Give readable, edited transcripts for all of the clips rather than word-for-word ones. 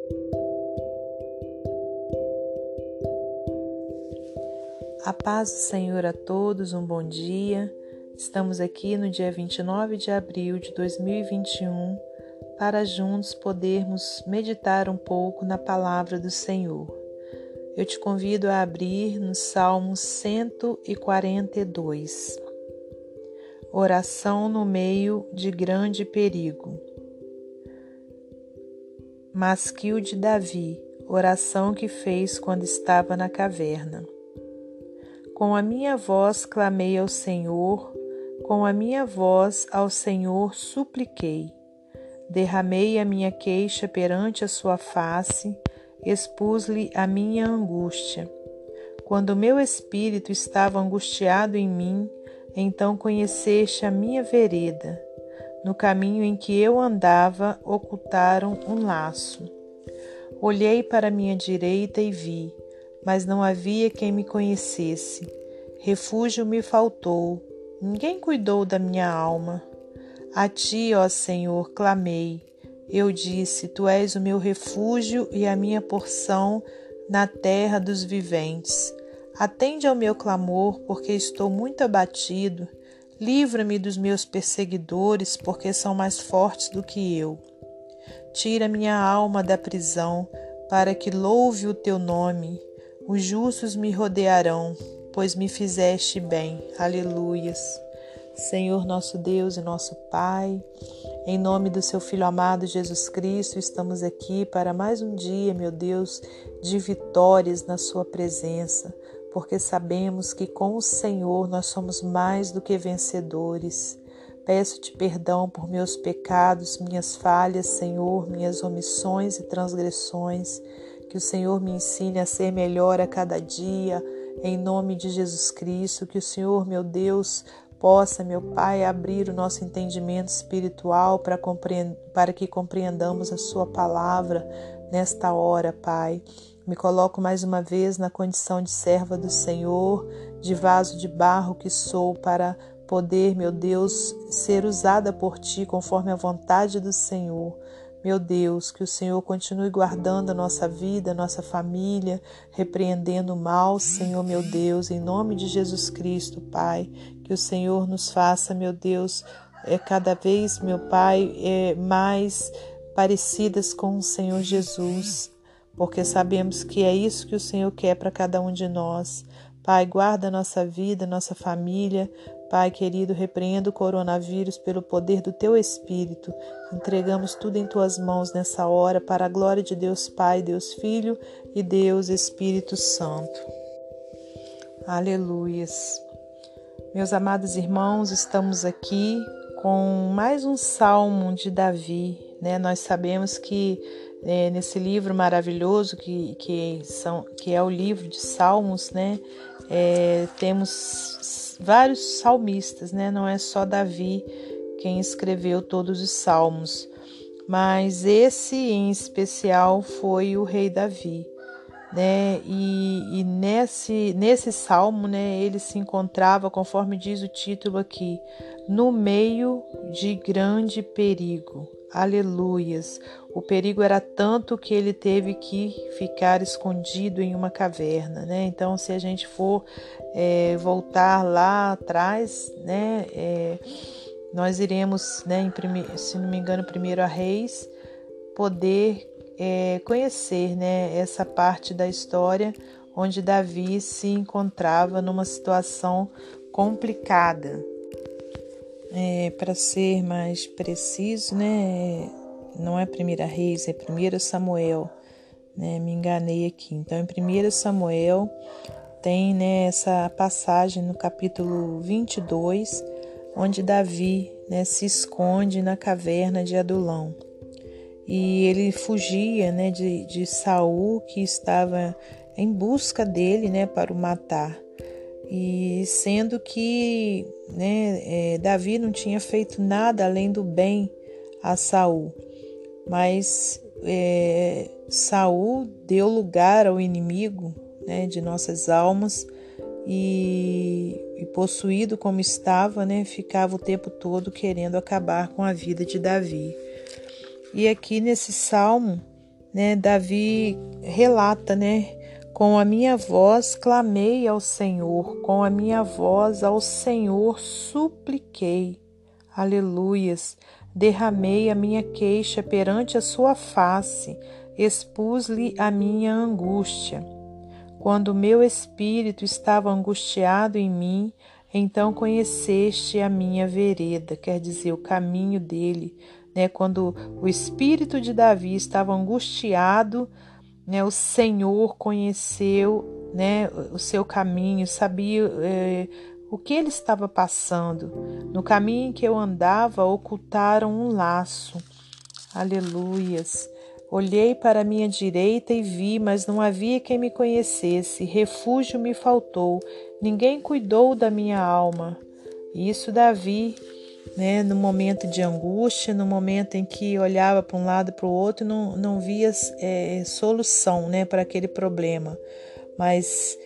A paz do Senhor a todos, um bom dia. Estamos aqui no dia 29 de abril de 2021 para juntos podermos meditar um pouco na palavra do Senhor. Eu te convido a abrir no Salmo 142. Oração no meio de grande perigo. Masquil de Davi, oração que fez quando estava na caverna. Com a minha voz clamei ao Senhor, com a minha voz ao Senhor supliquei. Derramei a minha queixa perante a sua face, expus-lhe a minha angústia. Quando meu espírito estava angustiado em mim, então conheceste a minha vereda. No caminho em que eu andava, ocultaram um laço. Olhei para minha direita e vi, mas não havia quem me conhecesse. Refúgio me faltou, ninguém cuidou da minha alma. A ti, ó Senhor, clamei. Eu disse, tu és o meu refúgio e a minha porção na terra dos viventes. Atende ao meu clamor, porque estou muito abatido. Livra-me dos meus perseguidores, porque são mais fortes do que eu. Tira minha alma da prisão, para que louve o teu nome. Os justos me rodearão, pois me fizeste bem. Aleluias. Senhor nosso Deus e nosso Pai, em nome do seu Filho amado Jesus Cristo, estamos aqui para mais um dia, meu Deus, de vitórias na sua presença, porque sabemos que com o Senhor nós somos mais do que vencedores. Peço-te perdão por meus pecados, minhas falhas, Senhor, minhas omissões e transgressões. Que o Senhor me ensine a ser melhor a cada dia, em nome de Jesus Cristo. Que o Senhor, meu Deus, possa, meu Pai, abrir o nosso entendimento espiritual para que compreendamos a sua palavra nesta hora, Pai. Me coloco mais uma vez na condição de serva do Senhor, de vaso de barro que sou, para poder, meu Deus, ser usada por Ti conforme a vontade do Senhor. Meu Deus, que o Senhor continue guardando a nossa vida, a nossa família, repreendendo o mal, Senhor, meu Deus, em nome de Jesus Cristo, Pai. Que o Senhor nos faça, meu Deus, cada vez, meu Pai, mais parecidas com o Senhor Jesus, porque sabemos que é isso que o Senhor quer para cada um de nós. Pai, guarda a nossa vida, nossa família. Pai querido, repreenda o coronavírus pelo poder do Teu Espírito. Entregamos tudo em Tuas mãos nessa hora, para a glória de Deus Pai, Deus Filho e Deus Espírito Santo. Aleluias. Meus amados irmãos, estamos aqui com mais um salmo de Davi, né? Nós sabemos que nesse livro maravilhoso que é o livro de Salmos, né? Temos vários salmistas, né? Não é só Davi quem escreveu todos os salmos, mas esse em especial foi o rei Davi, né? E nesse salmo, né, ele se encontrava, conforme diz o título aqui, no meio de grande perigo. Aleluias! O perigo era tanto que ele teve que ficar escondido em uma caverna, né? Então, se a gente for voltar lá atrás, né, nós iremos, né, se não me engano, primeiro a Reis, poder conhecer, né, essa parte da história onde Davi se encontrava numa situação complicada. Para ser mais preciso, né, não é 1 Reis, é 1 Samuel, né, me enganei aqui. Então, em 1 Samuel tem, né, essa passagem no capítulo 22, onde Davi, né, se esconde na caverna de Adulão. E ele fugia, né, de Saul, que estava em busca dele, né, para o matar. E sendo que, né, Davi não tinha feito nada além do bem a Saul, mas Saul deu lugar ao inimigo, né, de nossas almas, e possuído como estava, né, ficava o tempo todo querendo acabar com a vida de Davi. E aqui nesse salmo, né, Davi relata, né? Com a minha voz clamei ao Senhor, com a minha voz ao Senhor supliquei. Aleluias! Derramei a minha queixa perante a sua face, expus-lhe a minha angústia. Quando o meu espírito estava angustiado em mim, então conheceste a minha vereda, quer dizer, o caminho dele, né? Quando o espírito de Davi estava angustiado, né, o Senhor conheceu, né, o seu caminho, sabia o que ele estava passando. No caminho em que eu andava, ocultaram um laço. Aleluias. Olhei para a minha direita e vi, mas não havia quem me conhecesse. Refúgio me faltou. Ninguém cuidou da minha alma. Isso Davi, né, no momento de angústia, no momento em que olhava para um lado e para o outro, não via solução, né, para aquele problema. Mas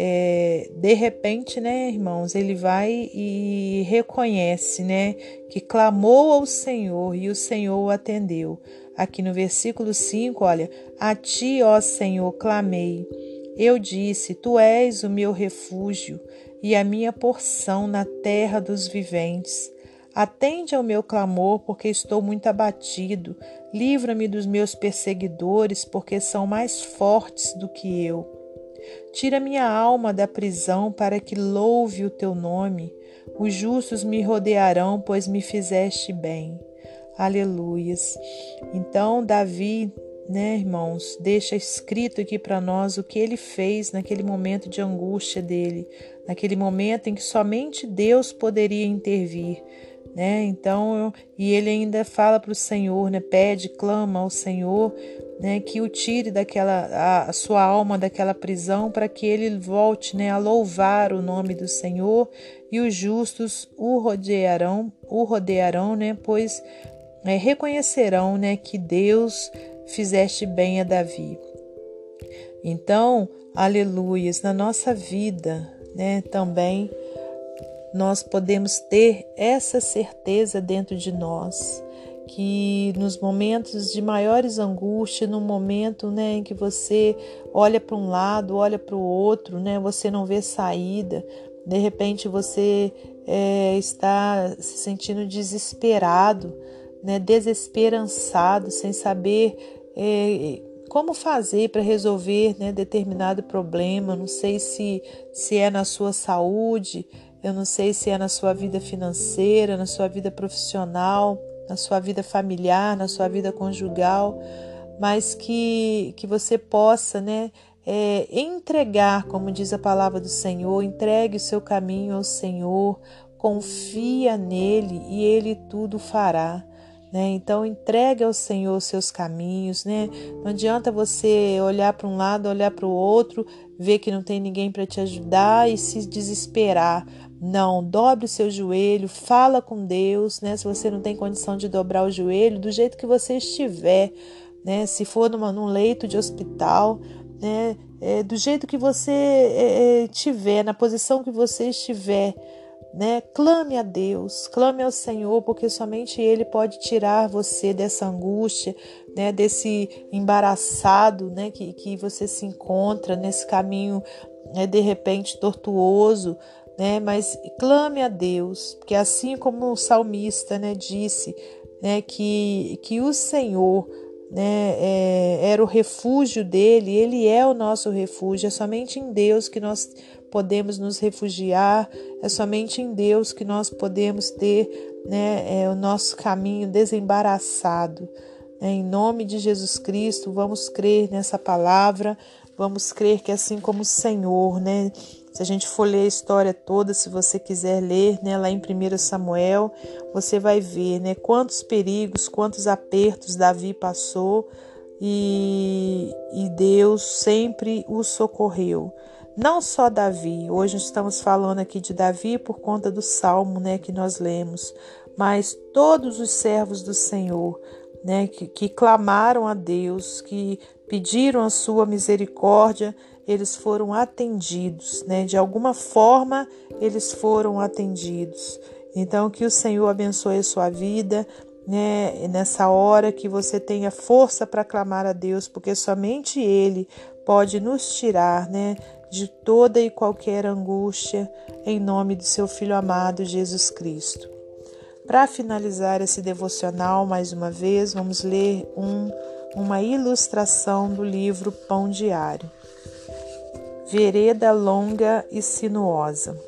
de repente, né, irmãos, ele vai e reconhece, né, que clamou ao Senhor e o Senhor o atendeu. Aqui no versículo 5, olha, a ti, ó Senhor, clamei. Eu disse, tu és o meu refúgio e a minha porção na terra dos viventes. Atende ao meu clamor, porque estou muito abatido. Livra-me dos meus perseguidores, porque são mais fortes do que eu. Tira minha alma da prisão, para que louve o teu nome. Os justos me rodearão, pois me fizeste bem. Aleluias. Então, Davi, né, irmãos, deixa escrito aqui para nós o que ele fez naquele momento de angústia dele, naquele momento em que somente Deus poderia intervir, né? Então, e ele ainda fala para o Senhor, né, pede, clama ao Senhor, né, que o tire a sua alma daquela prisão, para que ele volte, né, a louvar o nome do Senhor, e os justos o rodearão, né, pois reconhecerão, né, que Deus fizeste bem a Davi. Então, aleluias, na nossa vida, né, também nós podemos ter essa certeza dentro de nós, que nos momentos de maiores angústias, no momento, né, em que você olha para um lado, olha para o outro, né, você não vê saída, de repente você está se sentindo desesperado, né, desesperançado, sem saber como fazer para resolver, né, determinado problema. Não sei se é na sua saúde, eu não sei se é na sua vida financeira, na sua vida profissional, na sua vida familiar, na sua vida conjugal, mas que você possa, né, entregar, como diz a palavra do Senhor, entregue o seu caminho ao Senhor, confia nele e ele tudo fará. Né? Então entregue ao Senhor os seus caminhos, né? Não adianta você olhar para um lado, olhar para o outro, ver que não tem ninguém para te ajudar e se desesperar. Não, dobre o seu joelho, fala com Deus, né? Se você não tem condição de dobrar o joelho, do jeito que você estiver, né? Se for num leito de hospital, né? Do jeito que você tiver, na posição que você estiver, né? Clame a Deus, clame ao Senhor, porque somente Ele pode tirar você dessa angústia, né? Desse embaraçado, né? que você se encontra nesse caminho, né? De repente tortuoso, né? Mas clame a Deus, porque assim como o salmista, né, disse, né, que o Senhor, né, era o refúgio dele, ele é o nosso refúgio, é somente em Deus que nós podemos nos refugiar, é somente em Deus que nós podemos ter, né, o nosso caminho desembaraçado. Em nome de Jesus Cristo, vamos crer nessa palavra, vamos crer que assim como o Senhor, né, se a gente for ler a história toda, se você quiser ler, né, lá em 1 Samuel, você vai ver, né, quantos perigos, quantos apertos Davi passou e Deus sempre o socorreu. Não só Davi, hoje estamos falando aqui de Davi por conta do Salmo, né, que nós lemos, mas todos os servos do Senhor, né, que clamaram a Deus, que pediram a sua misericórdia, eles foram atendidos, né? De alguma forma eles foram atendidos. Então que o Senhor abençoe a sua vida, né, nessa hora, que você tenha força para clamar a Deus, porque somente Ele pode nos tirar, né, de toda e qualquer angústia, em nome do seu Filho amado Jesus Cristo. Para finalizar esse devocional, mais uma vez, vamos ler uma ilustração do livro Pão Diário. Vereda longa e sinuosa.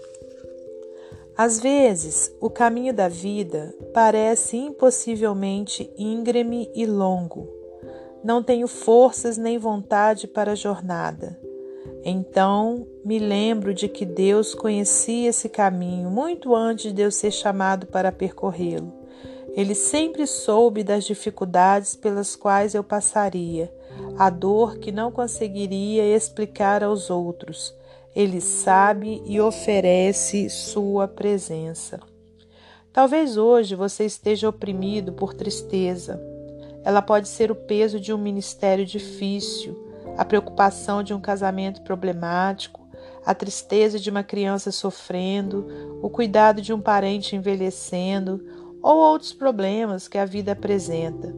Às vezes, o caminho da vida parece impossivelmente íngreme e longo. Não tenho forças nem vontade para a jornada. Então, me lembro de que Deus conhecia esse caminho muito antes de eu ser chamado para percorrê-lo. Ele sempre soube das dificuldades pelas quais eu passaria, a dor que não conseguiria explicar aos outros. Ele sabe e oferece sua presença. Talvez hoje você esteja oprimido por tristeza. Ela pode ser o peso de um ministério difícil, a preocupação de um casamento problemático, a tristeza de uma criança sofrendo, o cuidado de um parente envelhecendo ou outros problemas que a vida apresenta.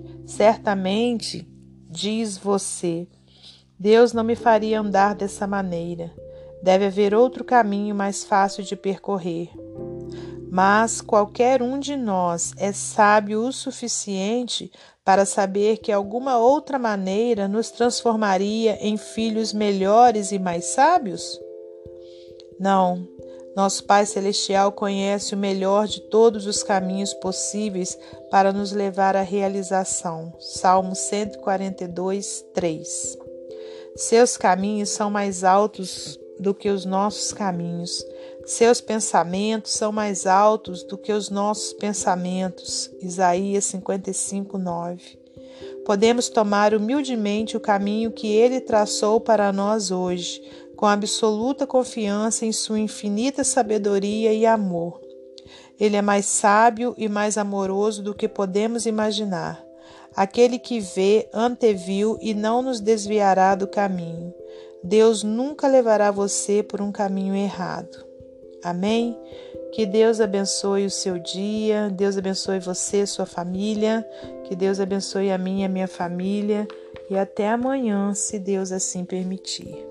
Certamente, diz você, Deus não me faria andar dessa maneira. Deve haver outro caminho mais fácil de percorrer. Mas qualquer um de nós é sábio o suficiente para saber que alguma outra maneira nos transformaria em filhos melhores e mais sábios? Não. Nosso Pai Celestial conhece o melhor de todos os caminhos possíveis para nos levar à realização. Salmo 142, 3. Seus caminhos são mais altos do que os nossos caminhos. Seus pensamentos são mais altos do que os nossos pensamentos. Isaías 55, 9. Podemos tomar humildemente o caminho que Ele traçou para nós hoje, com absoluta confiança em sua infinita sabedoria e amor. Ele é mais sábio e mais amoroso do que podemos imaginar. Aquele que vê, anteviu e não nos desviará do caminho. Deus nunca levará você por um caminho errado. Amém? Que Deus abençoe o seu dia, Deus abençoe você, sua família, que Deus abençoe a minha família e até amanhã, se Deus assim permitir.